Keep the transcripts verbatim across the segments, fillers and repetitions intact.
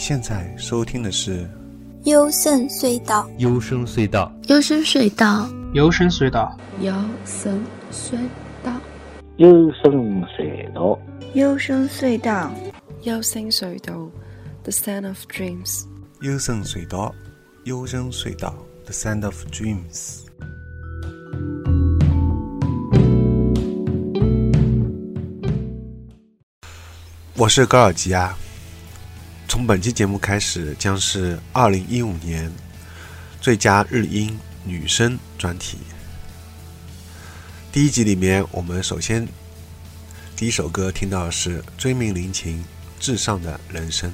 现在收听的是幽深隧道， 幽深隧道， 幽深隧道， 幽深隧道， 幽深隧道， 幽深隧道， 幽深隧道， 幽深隧道 The Sound of Dreams， 幽深隧道，幽深隧道 The Sound of Dreams。我是高尔基啊。从本期节目开始，将是二零一五年最佳日音女声专题。第一集里面，我们首先第一首歌听到的是追命林檎至上的人生。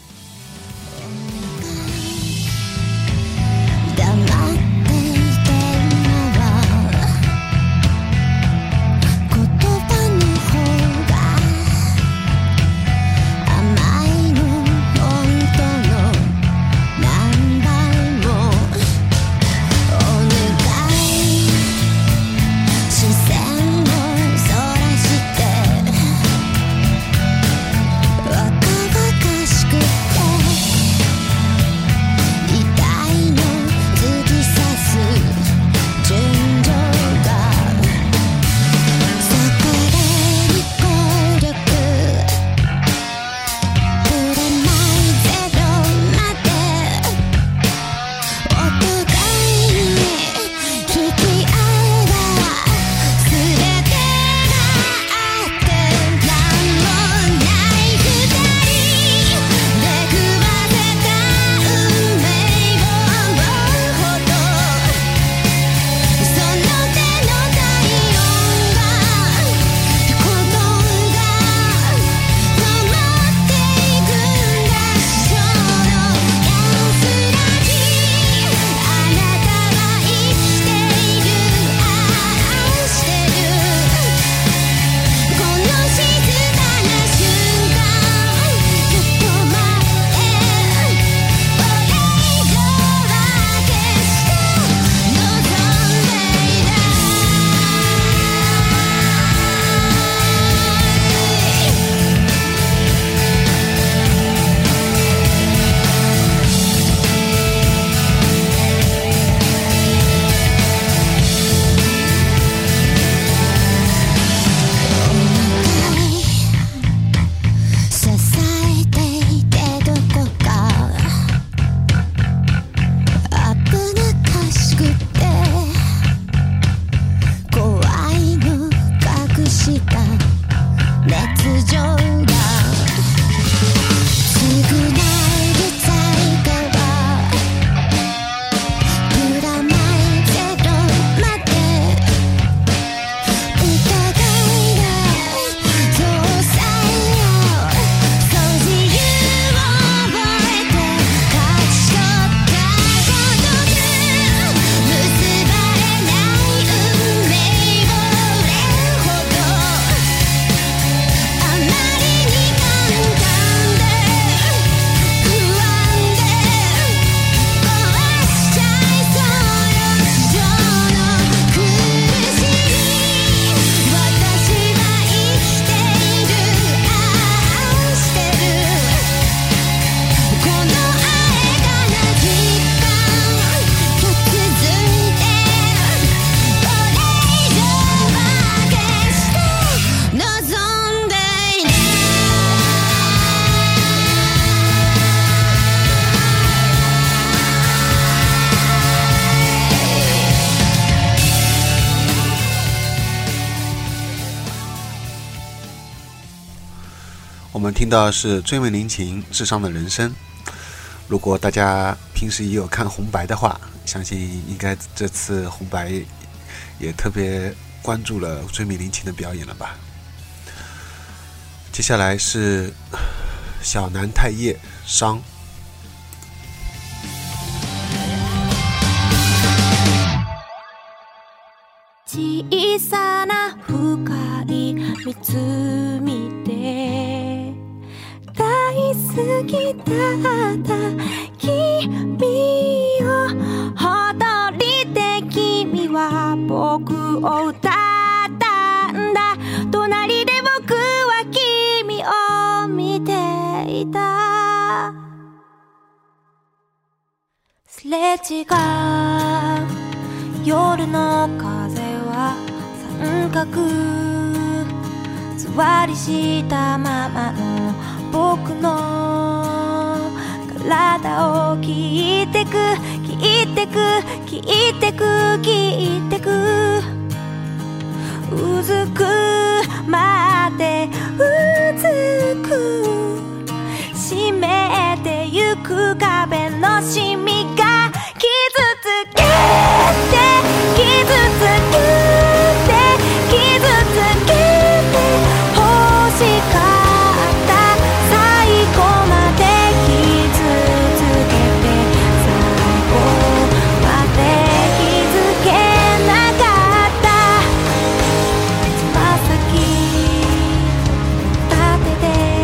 我们听到的是追命林檎至上的人生。如果大家平时也有看红白的话，相信应该这次红白也特别关注了追命林檎的表演了吧。接下来是小南太叶伤。 小さな深い湖で大好きだった君をほとりで君は僕を歌ったんだ。隣で僕は君を見ていた。 れ違う夜の風は三角座りしたままの僕の体を聞いてく聞いてく聞いてく聞いてくうずくまってうずく湿ってゆく壁のシミが傷つけて傷つけて傷つけて欲しかった最後まで傷つけて最後まで気づけなかったつま先立てて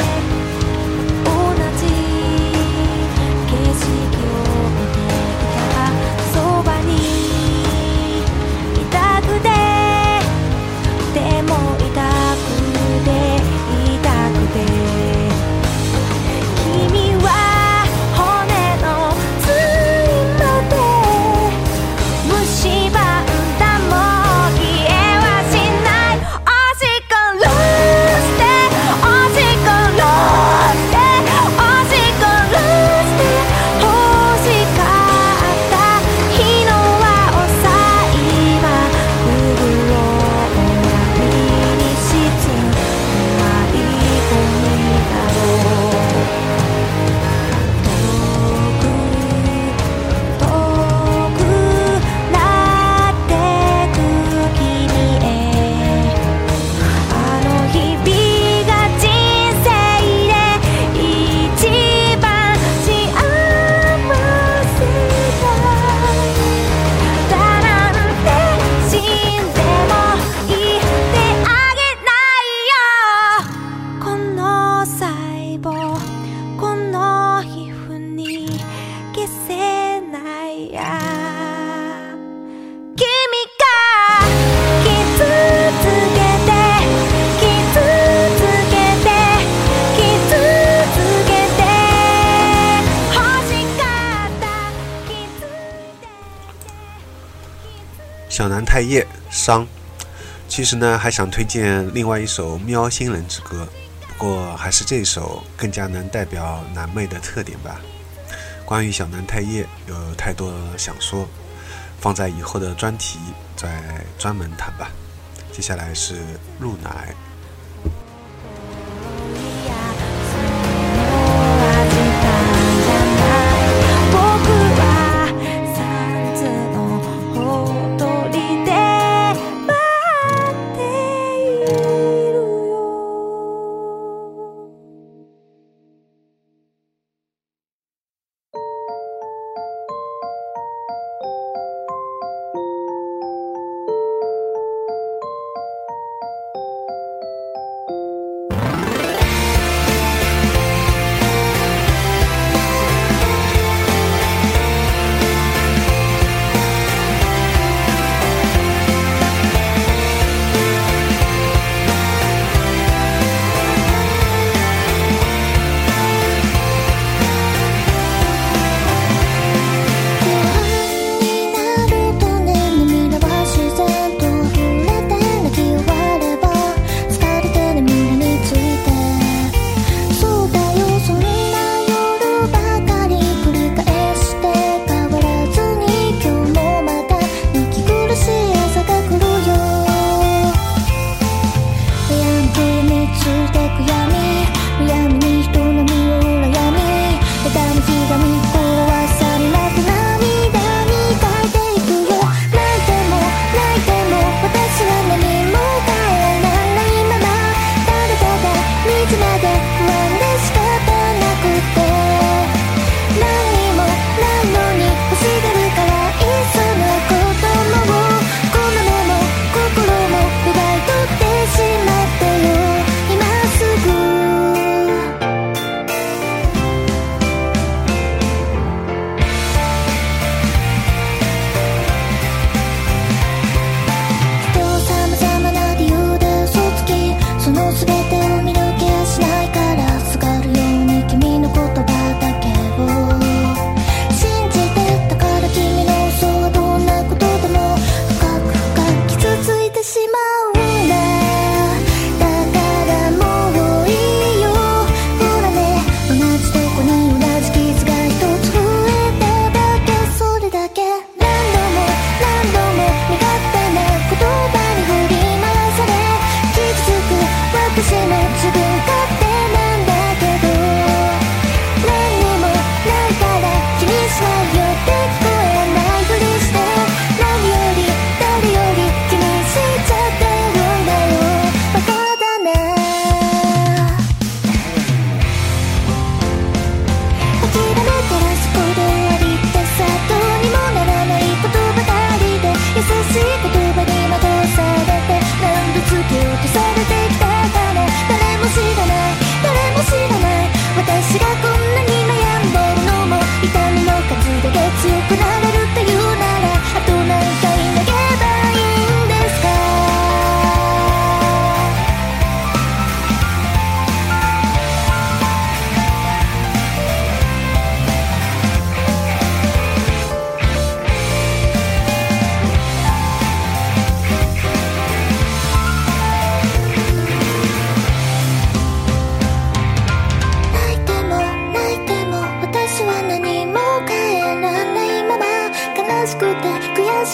小南太叶伤，其实呢还想推荐另外一首《喵星人之歌》，不过还是这首更加能代表南妹的特点吧。关于小南太叶有太多想说，放在以后的专题再专门谈吧。接下来是露奶。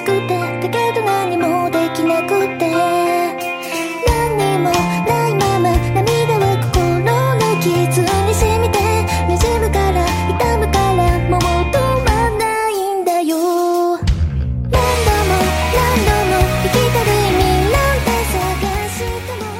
くてだけど何もできなくて何にもないまま涙は心の傷に染みて滲むから痛むからもう止まんないんだよ何度も何度も生きてる意味なんて探しても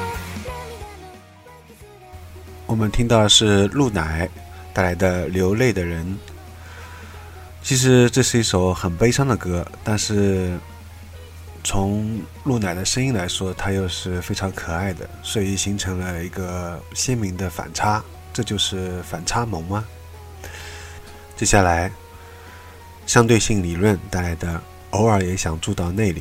我们听到的是鹿奶带来的《流泪的人》。其实这是一首很悲伤的歌，但是从鹿奶的声音来说，它又是非常可爱的，所以形成了一个鲜明的反差，这就是反差萌吗？接下来，相对性理论带来的偶尔也想住到那里。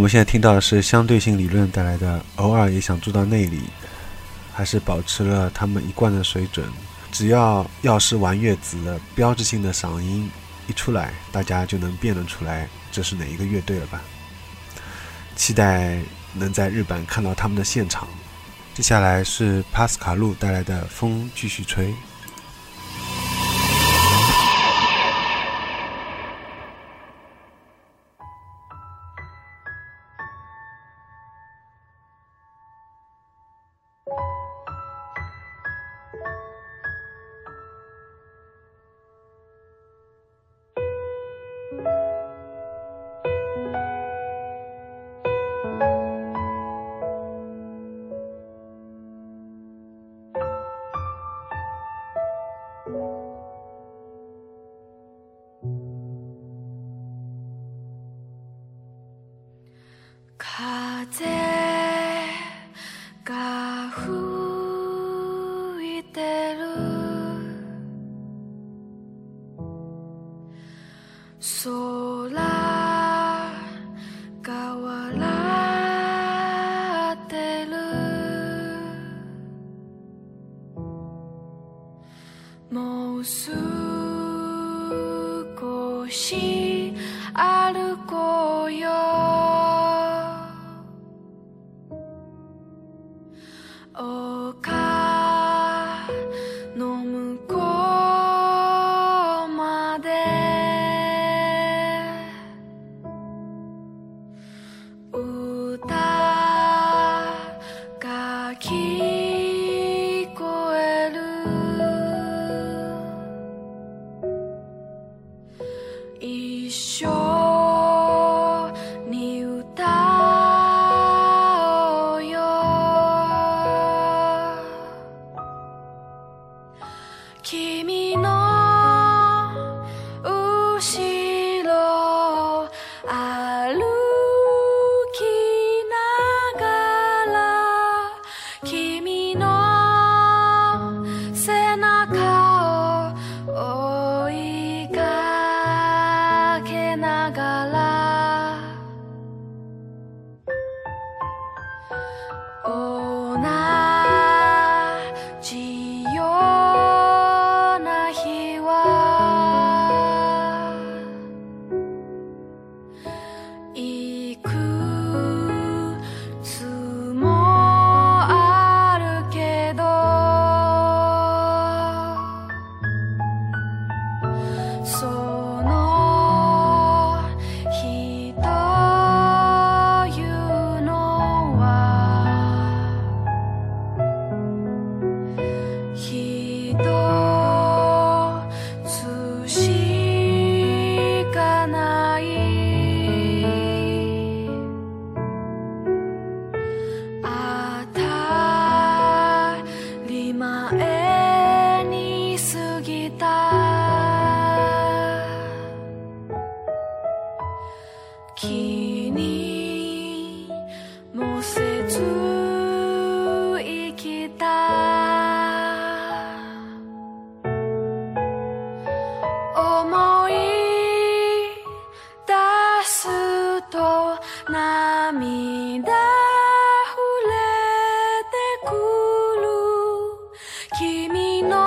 们现在听到的是相对性理论带来的偶尔也想住到那里，还是保持了他们一贯的水准，只要药师丸月子的标志性的嗓音一出来，大家就能辨认出来这是哪一个乐队了吧。期待能在日本看到他们的现场。接下来是帕斯卡路带来的风继续吹。 風が吹いてる空が笑ってるもう少し歩こうよ丘の向こうまで歌が聞こえる一緒に歌おうよ君の後ろ歩きながら君の背中を追いかけながら同じような日はいくつもあるけどその日というのはひとつしかない当たり前に過ぎた気にもせず生きた思い出すと涙溢れてくる君の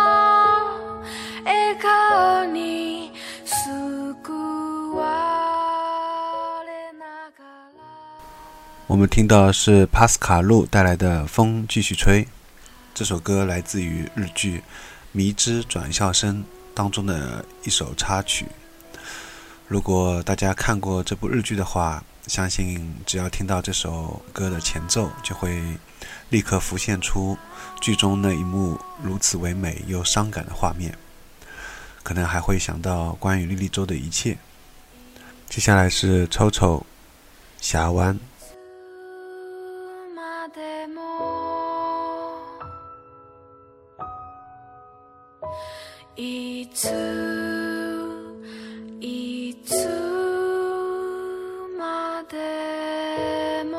笑顔に救われながら。 我们听到的是帕斯卡路带来的风继续吹。这首歌来自于日剧《迷之转校生》当中的一首插曲。如果大家看过这部日剧的话，相信只要听到这首歌的前奏，就会立刻浮现出剧中那一幕如此唯美又伤感的画面，可能还会想到关于莉莉周的一切。接下来是抽抽峡湾。 いついつまでも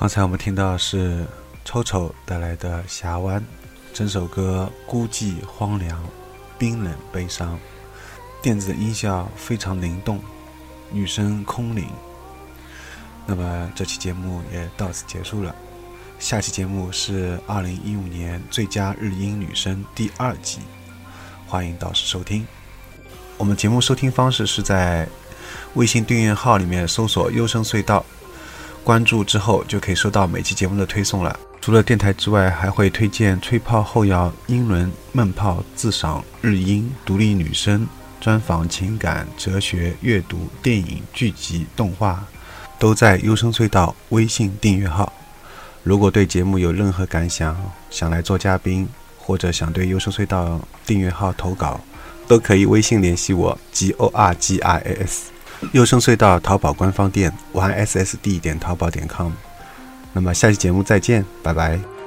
才我们听到是丑丑带来的《峡湾》，整首歌孤寂、荒凉、冰冷、悲伤，电子的音效非常灵动，女声空灵。那么这期节目也到此结束了，下期节目是二零一五年最佳日音女声第二季，欢迎到时收听。我们节目收听方式是在微信订阅号里面搜索优声隧道，关注之后就可以收到每期节目的推送了。除了电台之外，还会推荐吹泡后摇、英伦、闷泡、自赏、日音、独立女声、专访、情感、哲学、阅读、电影、剧集、动画，都在优声隧道微信订阅号。如果对节目有任何感想，想来做嘉宾，或者想对优声隧道订阅号投稿，都可以微信联系我 G O R G R A S。 优声隧道淘宝官方店 Y S S D 点淘宝点 com。 那么下期节目再见，拜拜。